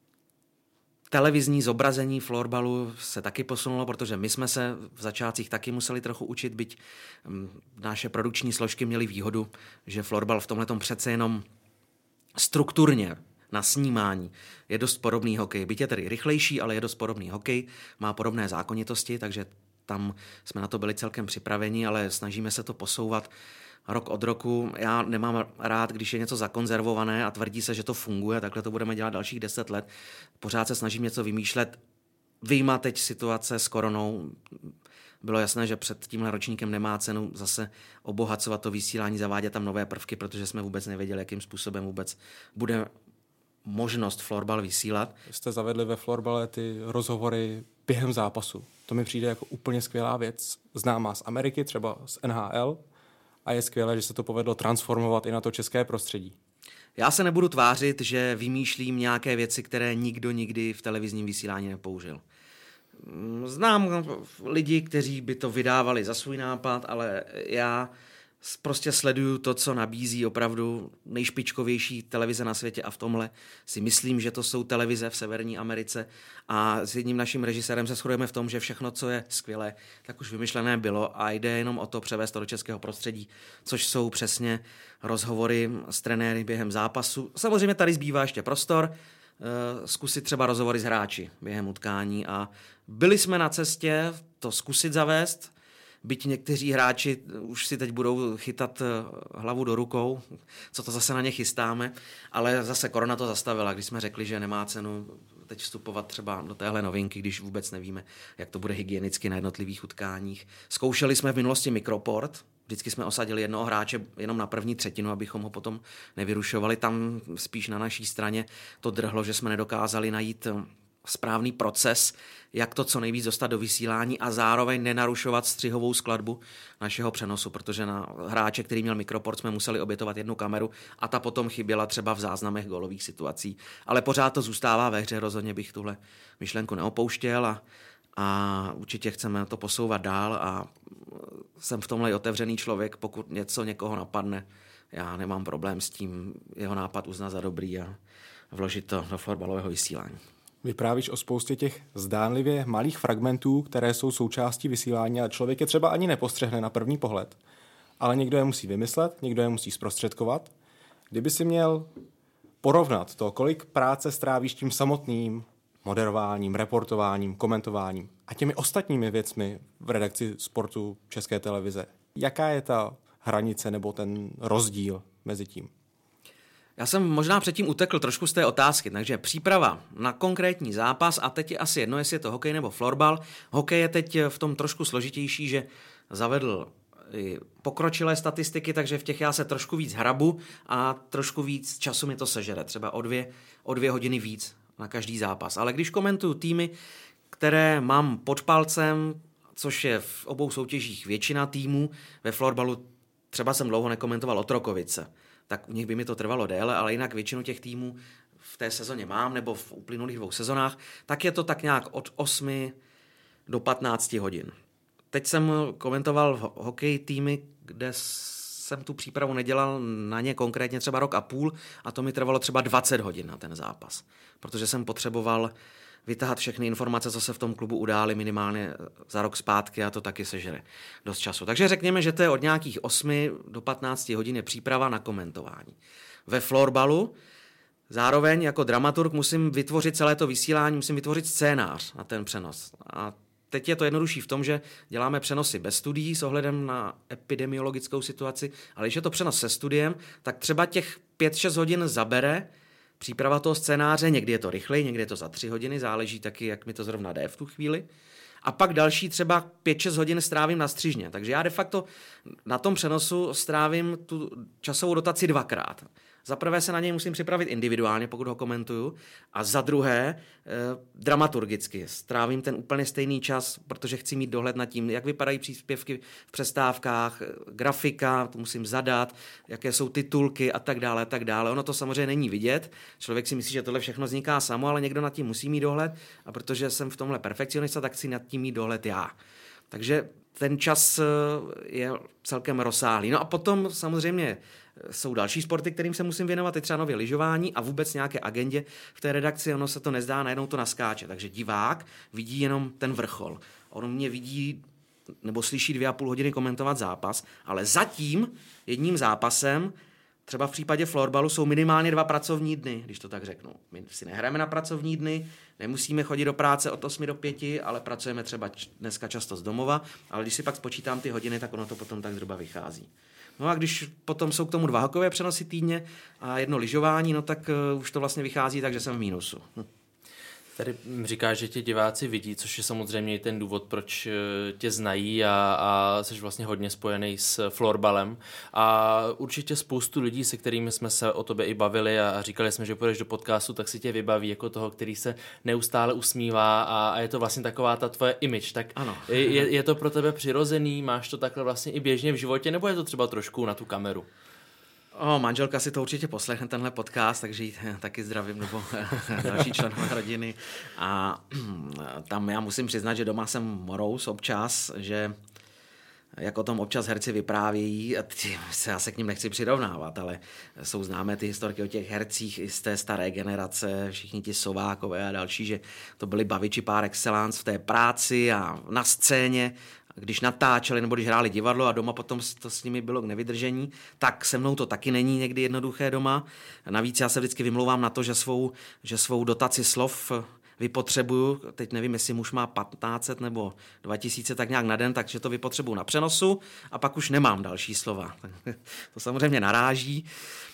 televizní zobrazení florbalu se taky posunulo, protože my jsme se v začátcích taky museli trochu učit, byť naše produkční složky měly výhodu, že florbal v tomhletom přece jenom strukturně na snímání je dost podobný hokej. Byť je tedy rychlejší, ale je dost podobný hokej, má podobné zákonitosti, takže tam jsme na to byli celkem připraveni, ale snažíme se to posouvat rok od roku. Já nemám rád, když je něco zakonzervované a tvrdí se, že to funguje, takhle to budeme dělat dalších deset let. Pořád se snažím něco vymýšlet. Vyjma teď situace s koronou. Bylo jasné, že před tímhle ročníkem nemá cenu zase obohacovat to vysílání, zavádět tam nové prvky, protože jsme vůbec nevěděli, jakým způsobem vůbec bude možnost florbal vysílat. Jste zavedli ve florbale ty rozhovory během zápasu. To mi přijde jako úplně skvělá věc. Známá z Ameriky, třeba z N H L. A je skvělé, že se to povedlo transformovat i na to české prostředí. Já se nebudu tvářit, že vymýšlím nějaké věci, které nikdo nikdy v televizním vysílání nepoužil. Znám lidi, kteří by to vydávali za svůj nápad, ale já prostě sleduju to, co nabízí opravdu nejšpičkovější televize na světě a v tomhle si myslím, že to jsou televize v Severní Americe a s jedním naším režisérem se shodujeme v tom, že všechno, co je skvělé, tak už vymyšlené bylo a jde jenom o to převést to do českého prostředí, což jsou přesně rozhovory s trenéry během zápasu. Samozřejmě tady zbývá ještě prostor, zkusit třeba rozhovory s hráči během utkání a byli jsme na cestě to zkusit zavést, byť někteří hráči už si teď budou chytat hlavu do rukou, co to zase na ně chystáme, ale zase korona to zastavila, když jsme řekli, že nemá cenu teď vstupovat třeba do téhle novinky, když vůbec nevíme, jak to bude hygienicky na jednotlivých utkáních. Zkoušeli jsme v minulosti mikroport, vždycky jsme osadili jednoho hráče jenom na první třetinu, abychom ho potom nevyrušovali. Tam spíš na naší straně to drhlo, že jsme nedokázali najít správný proces, jak to co nejvíc dostat do vysílání a zároveň nenarušovat střihovou skladbu našeho přenosu, protože na hráče, který měl mikroport, jsme museli obětovat jednu kameru a ta potom chyběla třeba v záznamech gólových situací. Ale pořád to zůstává ve hře, rozhodně bych tuhle myšlenku neopouštěl a, a určitě chceme to posouvat dál a jsem v tomhle otevřený člověk, pokud něco někoho napadne, já nemám problém s tím jeho nápad uznat za dobrý a vložit to do florbalového vysílání. Vyprávíš o spoustě těch zdánlivě malých fragmentů, které jsou součástí vysílání a člověk je třeba ani nepostřehne na první pohled. Ale někdo je musí vymyslet, někdo je musí zprostředkovat. Kdyby si měl porovnat to, kolik práce strávíš tím samotným moderováním, reportováním, komentováním a těmi ostatními věcmi v redakci sportu České televize, jaká je ta hranice nebo ten rozdíl mezi tím? Já jsem možná předtím utekl trošku z té otázky, takže příprava na konkrétní zápas a teď je asi jedno, jestli je to hokej nebo florbal. Hokej je teď v tom trošku složitější, že zavedl pokročilé statistiky, takže v těch já se trošku víc hrabu a trošku víc času mi to sežere, třeba o dvě, o dvě hodiny víc na každý zápas. Ale když komentuju týmy, které mám pod palcem, což je v obou soutěžích většina týmů, ve florbalu třeba jsem dlouho nekomentoval Otrokovice, tak u nich by mi to trvalo déle, ale jinak většinu těch týmů v té sezóně mám, nebo v uplynulých dvou sezonách, tak je to tak nějak od osmi do patnácti hodin. teď jsem komentoval v hokej týmy, kde jsem tu přípravu nedělal na ně konkrétně třeba rok a půl a to mi trvalo třeba dvacet hodin na ten zápas, protože jsem potřeboval vytahat všechny informace, co se v tom klubu udály minimálně za rok zpátky a to taky sežere dost času. Takže řekněme, že to je od nějakých osmi do patnácti hodin je příprava na komentování. Ve florbalu zároveň jako dramaturg musím vytvořit celé to vysílání, musím vytvořit scénář na ten přenos. A teď je to jednodušší v tom, že děláme přenosy bez studií s ohledem na epidemiologickou situaci, ale když je to přenos se studiem, tak třeba těch pět šest hodin zabere příprava toho scénáře, někdy je to rychleji, někdy je to za tři hodiny, záleží taky, jak mi to zrovna jde v tu chvíli. A pak další třeba pět šest hodin strávím na střižně. Takže já de facto na tom přenosu strávím tu časovou dotaci dvakrát. Za prvé se na něj musím připravit individuálně, pokud ho komentuju, a za druhé eh, dramaturgicky. Strávím ten úplně stejný čas, protože chci mít dohled nad tím, jak vypadají příspěvky v přestávkách, grafika, to musím zadat, jaké jsou titulky a tak dále, a tak dále. Ono to samozřejmě není vidět. Člověk si myslí, že tohle všechno vzniká samo, ale někdo nad tím musí mít dohled a protože jsem v tomhle perfekcionista, tak si nad tím mít dohled já. Takže ten čas je celkem rozsáhlý. No a potom samozřejmě jsou další sporty, kterým se musím věnovat, je třeba nově lyžování a vůbec nějaké agendě v té redakci, ono se to nezdá, najednou to naskáče. Takže divák vidí jenom ten vrchol. On mě vidí nebo slyší dvě a půl hodiny komentovat zápas, ale zatím jedním zápasem, třeba v případě florbalu, jsou minimálně dva pracovní dny, když to tak řeknu. My si nehrajeme na pracovní dny, nemusíme chodit do práce od osmi do pěti, ale pracujeme třeba dneska často z domova, ale když si pak spočítám ty hodiny, tak ono to potom tak zhruba vychází. No a když potom jsou k tomu dva hokejové přenosy týdně a jedno lyžování, no tak uh, už to vlastně vychází tak, že jsem v mínusu. Hm. Tady říkáš, že tě diváci vidí, což je samozřejmě i ten důvod, proč tě znají a, a jsi vlastně hodně spojený s florbalem. A určitě spoustu lidí, se kterými jsme se o tobě i bavili a říkali jsme, že půjdeš do podcastu, tak si tě vybaví jako toho, který se neustále usmívá a, a je to vlastně taková ta tvoje image. Tak ano. je, je to pro tebe přirozený, máš to takhle vlastně i běžně v životě, nebo je to třeba trošku na tu kameru? O, manželka si to určitě poslechne tenhle podcast, takže ji taky zdravím, nebo další členové rodiny. A tam já musím přiznat, že doma jsem morous občas, že jak o tom občas herci vyprávějí, a ty, já se k ním nechci přirovnávat, ale jsou známé ty historky o těch hercích i z té staré generace, všichni ti Sovákové a další, že to byli baviči par excellence v té práci a na scéně, když natáčeli nebo když hráli divadlo a doma potom to s nimi bylo k nevydržení, tak se mnou to taky není někdy jednoduché doma. Navíc já se vždycky vymlouvám na to, že svou, že svou dotaci slov vypotřebuju, teď nevím, jestli muž má patnáct set nebo dva tisíce tak nějak na den, takže to vypotřebuju na přenosu a pak už nemám další slova. To samozřejmě naráží,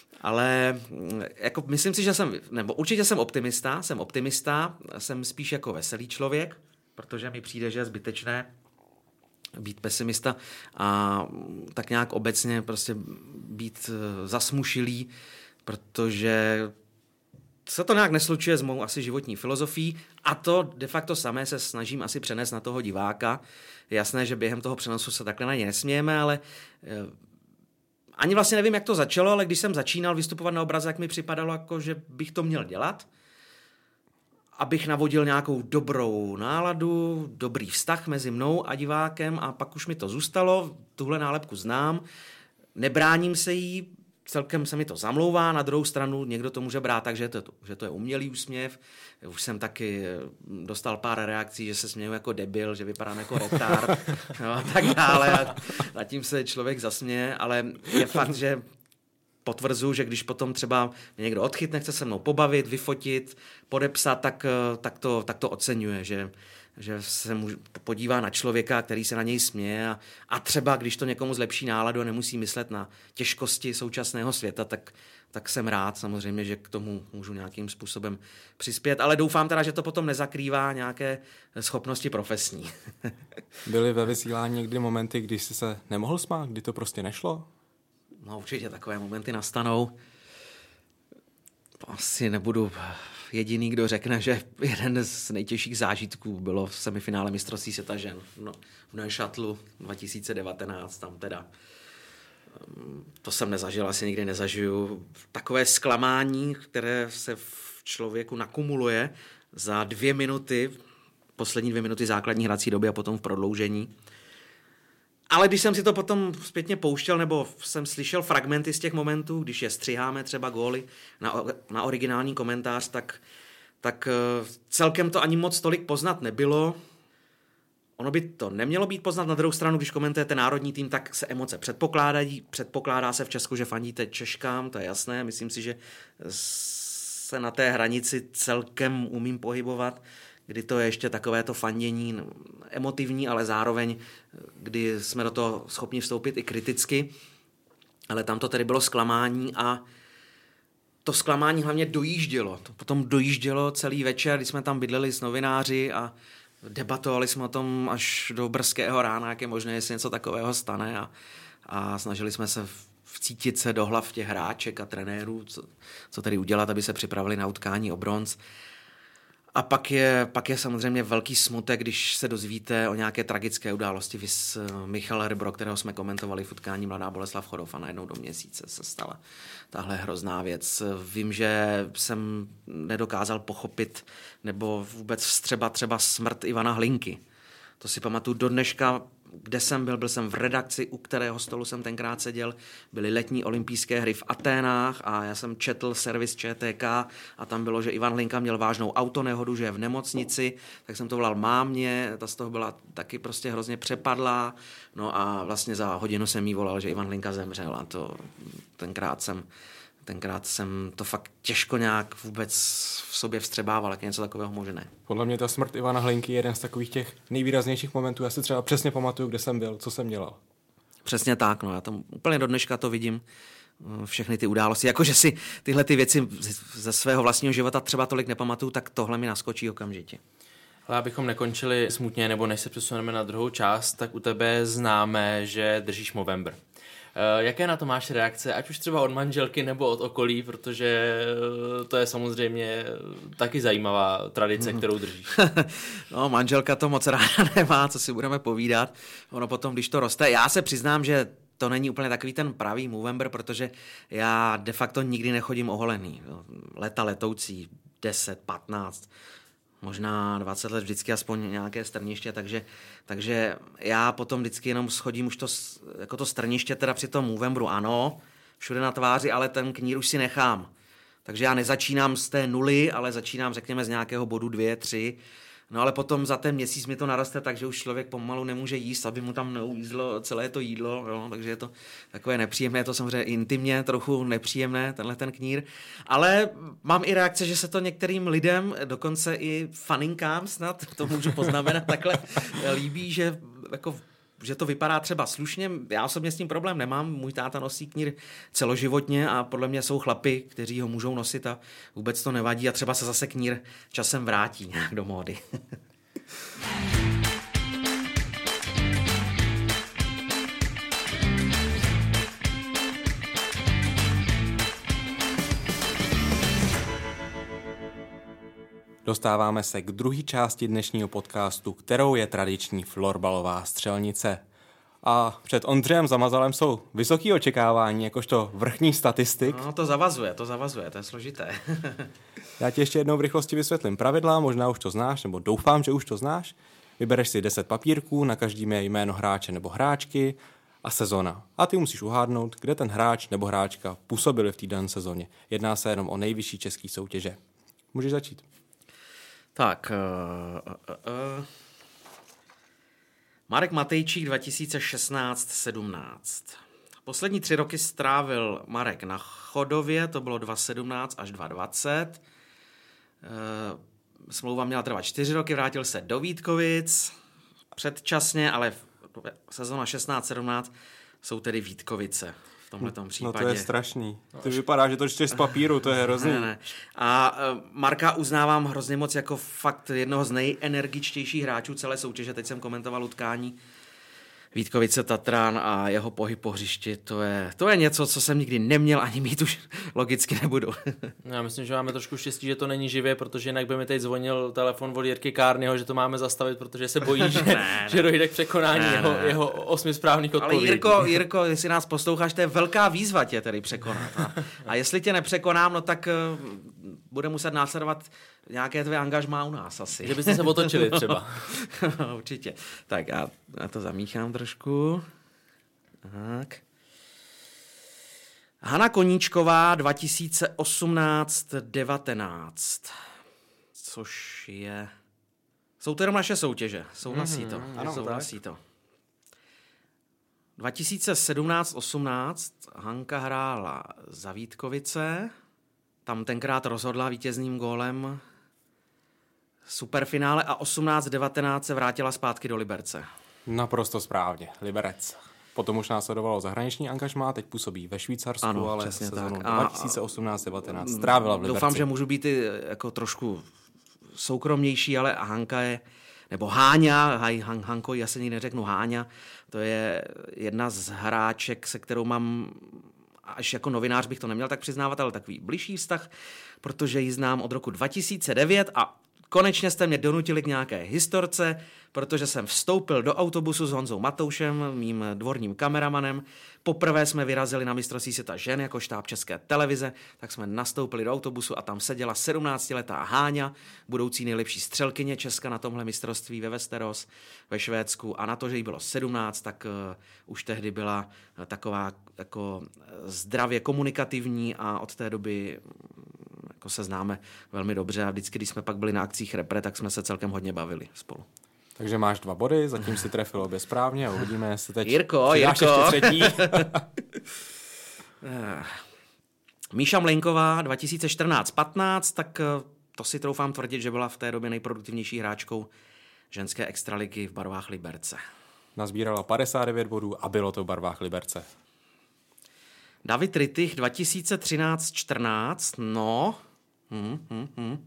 ale jako myslím si, že jsem, nebo určitě jsem optimista, jsem optimista, jsem spíš jako veselý člověk, protože mi přijde, že je zbytečné být pesimista a tak nějak obecně prostě být zasmušilý, protože se to nějak neslučuje s mou asi životní filozofií a to de facto samé se snažím asi přenést na toho diváka. Je jasné, že během toho přenosu se takhle na ně nesmějeme, ale ani vlastně nevím, jak to začalo, ale když jsem začínal vystupovat na obraze, jak mi připadalo, jako, že bych to měl dělat, abych navodil nějakou dobrou náladu, dobrý vztah mezi mnou a divákem a pak už mi to zůstalo, tuhle nálepku znám, nebráním se jí, celkem se mi to zamlouvá, na druhou stranu někdo to může brát tak, že to, že to je umělý úsměv, už jsem taky dostal pár reakcí, že se směju jako debil, že vypadám jako retard no, a tak dále a, a tím se člověk zasměje, ale je fakt, že potvrzuji, že když potom třeba mě někdo odchytne, chce se mnou pobavit, vyfotit, podepsat, tak, tak, to, tak to oceňuje, že, že se mu podívá na člověka, který se na něj směje a, a třeba když to někomu zlepší náladu a nemusí myslet na těžkosti současného světa, tak, tak jsem rád samozřejmě, že k tomu můžu nějakým způsobem přispět, ale doufám teda, že to potom nezakrývá nějaké schopnosti profesní. Byly ve vysílání někdy momenty, když jsi se nemohl smát, kdy to prostě nešlo? No určitě takové momenty nastanou. Asi nebudu jediný, kdo řekne, že jeden z nejtěžších zážitků bylo v semifinále mistrovství světa žen no, v Neuchâtelu dva tisíce devatenáct, tam teda to jsem nezažil, asi nikdy nezažiju. Takové zklamání, které se v člověku nakumuluje za dvě minuty, poslední dvě minuty základní hrací doby a potom v prodloužení. Ale když jsem si to potom zpětně pouštěl, nebo jsem slyšel fragmenty z těch momentů, když je střiháme třeba góly na, na originální komentář, tak, tak celkem to ani moc tolik poznat nebylo. Ono by to nemělo být poznat. Na druhou stranu, když komentujete národní tým, tak se emoce předpokládají. Předpokládá se v Česku, že fandíte Češkám, to je jasné. Myslím si, že se na té hranici celkem umím pohybovat, kdy to je ještě takové to fandění emotivní, ale zároveň, kdy jsme do toho schopni vstoupit i kriticky. Ale tam to tedy bylo zklamání a to zklamání hlavně dojíždělo. To potom dojíždělo celý večer, když jsme tam bydleli s novináři a debatovali jsme o tom až do brzkého rána, jak je možné, jestli něco takového stane a, a snažili jsme se vcítit se do hlav těch hráček a trenérů, co, co tedy udělat, aby se připravili na utkání o bronz. A pak je, pak je samozřejmě velký smutek, když se dozvíte o nějaké tragické události. Vys Michal Rbro, kterého jsme komentovali v utkání Mladá Boleslav Chodov a najednou do měsíce se stala tahle hrozná věc. Vím, že jsem nedokázal pochopit nebo vůbec vstřebat třeba smrt Ivana Hlinky. To si pamatuju do dneška, kde jsem byl, byl jsem v redakci, u kterého stolu jsem tenkrát seděl, byly letní olympijské hry v Aténách a já jsem četl servis Č T K a tam bylo, že Ivan Hlinka měl vážnou autonehodu, že je v nemocnici, tak jsem to volal mámě, ta z toho byla taky prostě hrozně přepadlá, no a vlastně za hodinu jsem jí volal, že Ivan Hlinka zemřel a to tenkrát jsem Tenkrát jsem to fakt těžko nějak vůbec v sobě vstřebával, jak je něco takového možné. Podle mě ta smrt Ivana Hlinky je jeden z takových těch nejvýraznějších momentů. Já si třeba přesně pamatuju, kde jsem byl, co jsem dělal. Přesně tak, no já tam úplně do dneška to vidím, všechny ty události. Jakože si tyhle ty věci ze svého vlastního života třeba tolik nepamatuju, tak tohle mi naskočí okamžitě. Ale abychom nekončili smutně, nebo než se přesuneme na druhou část, tak u tebe známe, že držíš Movember. Jaké na to máš reakce, ať už třeba od manželky nebo od okolí, protože to je samozřejmě taky zajímavá tradice, kterou držíš. No, manželka to moc ráda nemá, co si budeme povídat. Ono potom, když to roste, já se přiznám, že to není úplně takový ten pravý Movember, protože já de facto nikdy nechodím oholený. Leta letoucí, deset, patnáct, možná dvacet let vždycky aspoň nějaké strniště, takže, takže já potom vždycky jenom schodím už to, jako to strniště teda při tom Movemberu, ano, všude na tváři, ale ten knír už si nechám. Takže já nezačínám z té nuly, ale začínám, řekněme, z nějakého bodu dvě, tři. No ale potom za ten měsíc mi to naroste, takže už člověk pomalu nemůže jíst, aby mu tam neujízlo celé to jídlo, jo? Takže je to takové nepříjemné, je to samozřejmě intimně trochu nepříjemné, tenhle ten knír. Ale mám i reakce, že se to některým lidem, dokonce i faninkám snad, to můžu poznamenat takhle, líbí, že jako že to vypadá třeba slušně. Já osobně s tím problém nemám. Můj táta nosí knír celoživotně a podle mě jsou chlapi, kteří ho můžou nosit a vůbec to nevadí a třeba se zase knír časem vrátí nějak do módy. Dostáváme se k druhé části dnešního podcastu, kterou je tradiční florbalová střelnice. A před Ondřejem Zamazalem jsou vysoké očekávání, jakožto vrchní statistik. No to zavazuje, to zavazuje, to je složité. Já ti ještě jednou v rychlosti vysvětlím pravidla, možná už to znáš, nebo doufám, že už to znáš. Vybereš si deset papírků, na každým je jméno hráče nebo hráčky a sezona. A ty musíš uhádnout, kde ten hráč nebo hráčka působili v té dané sezóně. Jedná se jenom o nejvyšší české soutěže. Můžeš začít. Tak, uh, uh, uh. Marek Matejčík dva tisíce šestnáct sedmnáct. Poslední tři roky strávil Marek na Chodově, to bylo dva tisíce sedmnáct až dva tisíce dvacet. Uh, smlouva měla trvat čtyři roky, vrátil se do Vítkovic předčasně, ale sezona šestnáct sedmnáct jsou tedy Vítkovice. V tomhletom případě. No to je strašný. To vypadá, že to čteš z papíru, to je hrozný. Ne, ne. A uh, Marka uznávám hrozně moc jako fakt jednoho z nejenergičtějších hráčů celé soutěže. Teď jsem komentoval utkání Vítkovice Tatran a jeho pohyb po hřišti. To je, to je něco, co jsem nikdy neměl, ani mít už logicky nebudu. Já myslím, že máme trošku štěstí, že to není živě, protože jinak by mi teď zvonil telefon od Jirky Kárnyho, že to máme zastavit, protože se bojí, že, ne, že dojde k překonání ne, jeho, ne, ne. jeho osmi správných odpovědí. Ale Jirko, Jirko, jestli nás posloucháš, to je velká výzva tě tedy překonat. A, a jestli tě nepřekonám, no tak uh, bude muset následovat nějaké tvé angažmá u nás asi. Že byste se otočili třeba. Určitě. Tak já, já to zamíchám trošku. Tak. Hana Koníčková dva tisíce osmnáct devatenáct, což je... Jsou to jenom naše soutěže, souhlasí to, mm-hmm, ano, souhlasí to. dva tisíce sedmnáct osmnáct Hanka hrála za Vítkovice, tam tenkrát rozhodla vítězným gólem superfinále a osmnáct devatenáct se vrátila zpátky do Liberce. Naprosto správně, Liberec. Potom už následovalo zahraniční angažmá, teď působí ve Švýcarsku, ano, ale sezónu dva tisíce osmnáct devatenáct strávila v Liberci. Doufám, že můžu být i jako trošku soukromnější, ale Hanka je, nebo Háňa, haj, Han, Hanko, já se nikdy neřeknu Háňa, to je jedna z hráček, se kterou mám, až jako novinář bych to neměl tak přiznávat, ale takový bližší vztah, protože ji znám od roku dva tisíce devět a konečně jste mě donutili k nějaké historce, protože jsem vstoupil do autobusu s Honzou Matoušem, mým dvorním kameramanem. Poprvé jsme vyrazili na mistrovství světa žen jako štáb České televize, tak jsme nastoupili do autobusu a tam seděla sedmnáctiletá Háňa, budoucí nejlepší střelkyně Česka na tomhle mistrovství ve Westeros ve Švédsku. A na to, že jí bylo sedmnáct, tak uh, už tehdy byla uh, taková jako zdravě komunikativní a od té doby jako se známe velmi dobře a vždycky, když jsme pak byli na akcích repre, tak jsme se celkem hodně bavili spolu. Takže máš dva body, zatím si trefil obě správně a uvidíme, jestli teď Jirko, Jirko. třetí. Míša Mlejnková dva tisíce čtrnáct patnáct, tak to si troufám tvrdit, že byla v té době nejproduktivnější hráčkou ženské extraligy v barvách Liberce. Nazbírala padesát devět bodů a bylo to v barvách Liberce. David Rittich dva tisíce třináct čtrnáct, no... Hmm, hmm, hmm.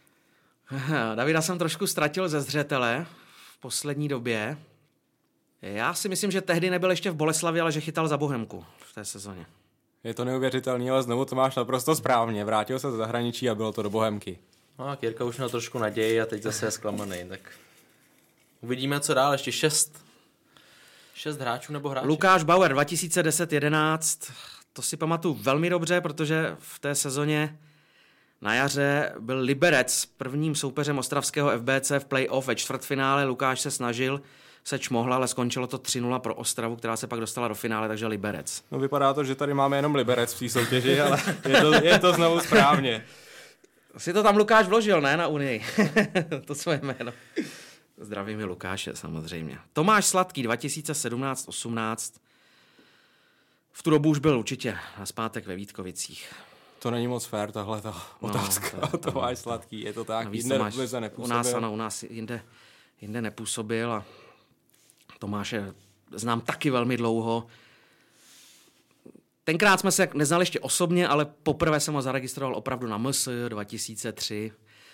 Davida jsem trošku ztratil ze zřetele v poslední době. Já si myslím, že tehdy nebyl ještě v Boleslavi, ale že chytal za Bohemku v té sezóně. Je to neuvěřitelný, ale znovu to máš naprosto správně. Vrátil se ze zahraničí a bylo to do Bohemky. No a Kirka už měl trošku naději a teď zase je zklamaný, tak uvidíme, co dál. Ještě šest, šest hráčů nebo hráčů. Lukáš Bauer dva tisíce deset jedenáct, to si pamatuju velmi dobře, protože v té sezóně na jaře byl Liberec prvním soupeřem ostravského F B C v play-off ve čtvrtfinále. Lukáš se snažil, seč mohla, ale skončilo to tři nula pro Ostravu, která se pak dostala do finále, takže Liberec. No vypadá to, že tady máme jenom Liberec v té soutěži, ale je to, je to znovu správně. Si to tam Lukáš vložil, ne, na Unii. To svoje jméno. Zdravím Lukáše, samozřejmě. Tomáš Sladký dva tisíce sedmnáct osmnáct. V tu dobu už byl určitě nazpátek ve Vítkovicích. To není moc fér, tahle ta otázka. No, to, to Tomáš Sladký, je to tak. Jinde máš, u nás, ano, u nás jinde, jinde nepůsobil a Tomáše znám taky velmi dlouho. Tenkrát jsme se neznali ještě osobně, ale poprvé jsem ho zaregistroval opravdu na M S dva tisíce tři.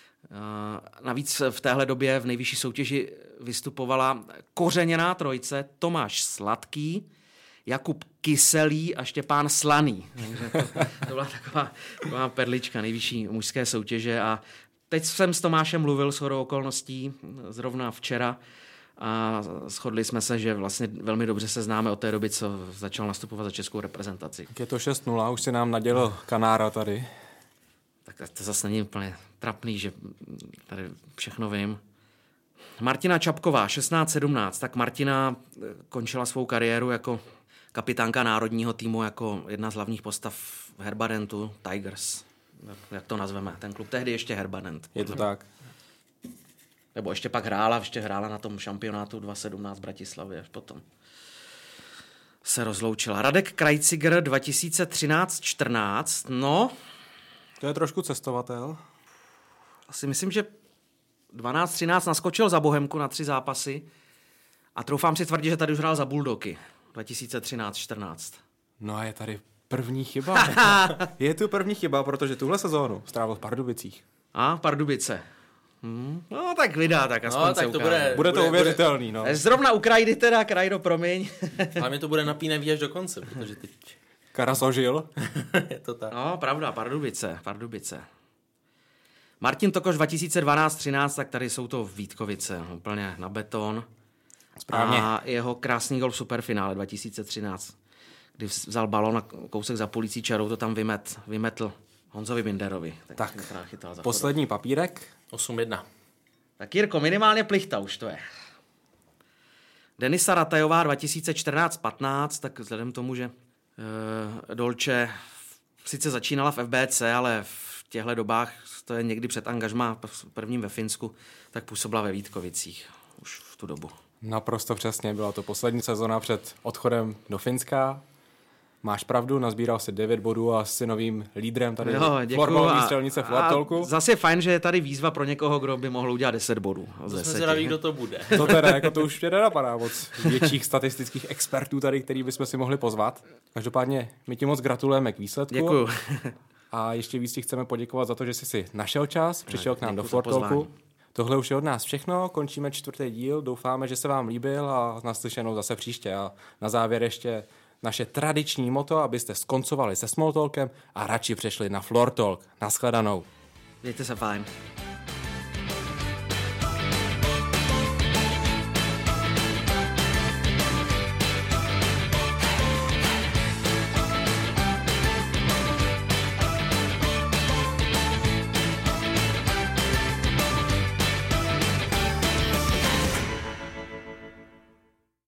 Navíc v téhle době v nejvyšší soutěži vystupovala kořeněná trojice Tomáš Sladký, Jakub Kyselý a Štěpán Slaný. Takže to, to byla taková, taková perlička nejvyšší mužské soutěže a teď jsem s Tomášem mluvil shodou okolností zrovna včera a shodli jsme se, že vlastně velmi dobře se známe od té doby, co začal nastupovat za českou reprezentaci. Tak je to šest nula, už si nám nadělil Kanára tady. Tak to zase není úplně trapný, že tady všechno vím. Martina Čapková, šestnáct sedmnáct. Tak Martina končila svou kariéru jako kapitánka národního týmu, jako jedna z hlavních postav v Herbadentu Tigers. Jak to nazveme? Ten klub tehdy ještě Herbadent. Je to tak. Nebo ještě pak hrála, ještě hrála na tom šampionátu dva sedmnáct v Bratislavě, až potom se rozloučila. Radek Krajciger dva tisíce třináct čtrnáct, no... To je trošku cestovatel. Asi myslím, že dvanáct třináct naskočil za Bohemku na tři zápasy a troufám si tvrdit, že tady už hrál za Bulldogy dva tisíce třináct čtrnáct. No a je tady první chyba. Je tu první chyba, protože tuhle sezónu strávil v Pardubicích. A, Pardubice. Hmm. No tak vydá, tak aspoň no, se tak to ukáže. bude, bude to bude, uvěřitelný, no. Zrovna u Krajdy teda, Krajdo, promiň. Ale mě to bude napínavý až do konce, protože teď... Karas ožil. Je to tak. No, pravda, Pardubice, Pardubice. Martin Tokoš dva tisíce dvanáct třináct, tak tady jsou to Vítkovice, úplně na beton. Správně. A jeho krásný gol v superfinále dva tisíce třináct, kdy vzal balón a kousek za policí čarou to tam vymet, vymetl Honzovi Binderovi. Tak, chytal za poslední papírek. osm jedna. Tak Jirko, minimálně plichta už to je. Denisa Ratajová dva tisíce čtrnáct patnáct, tak vzhledem k tomu, že uh, Dolce sice začínala v F B C, ale v těchto dobách, to je někdy před angažmá prvním ve Finsku, tak působila ve Vítkovicích už v tu dobu. Naprosto přesně, byla to poslední sezona před odchodem do Finska. Máš pravdu, nazbíral si devět bodů a jsi novým lídrem tady florbalové střelnice Flortolku. Zase je fajn, že je tady výzva pro někoho, kdo by mohl udělat deset bodů. To jsme zvědaví, kdo to bude. To teda, jako to už mě nenapadá moc větších statistických expertů tady, který bychom si mohli pozvat. Každopádně my ti moc gratulujeme k výsledku. Děkuju. A ještě víc ti chceme poděkovat za to, že jsi si našel čas, přišel k nám do Flortolku. Tohle už je od nás všechno, končíme čtvrtý díl, doufáme, že se vám líbil a naslyšenou zase příště. A na závěr ještě naše tradiční motto, abyste skoncovali se small talkem a radši přešli na Floor Talk. Nashledanou. Mějte se fajn.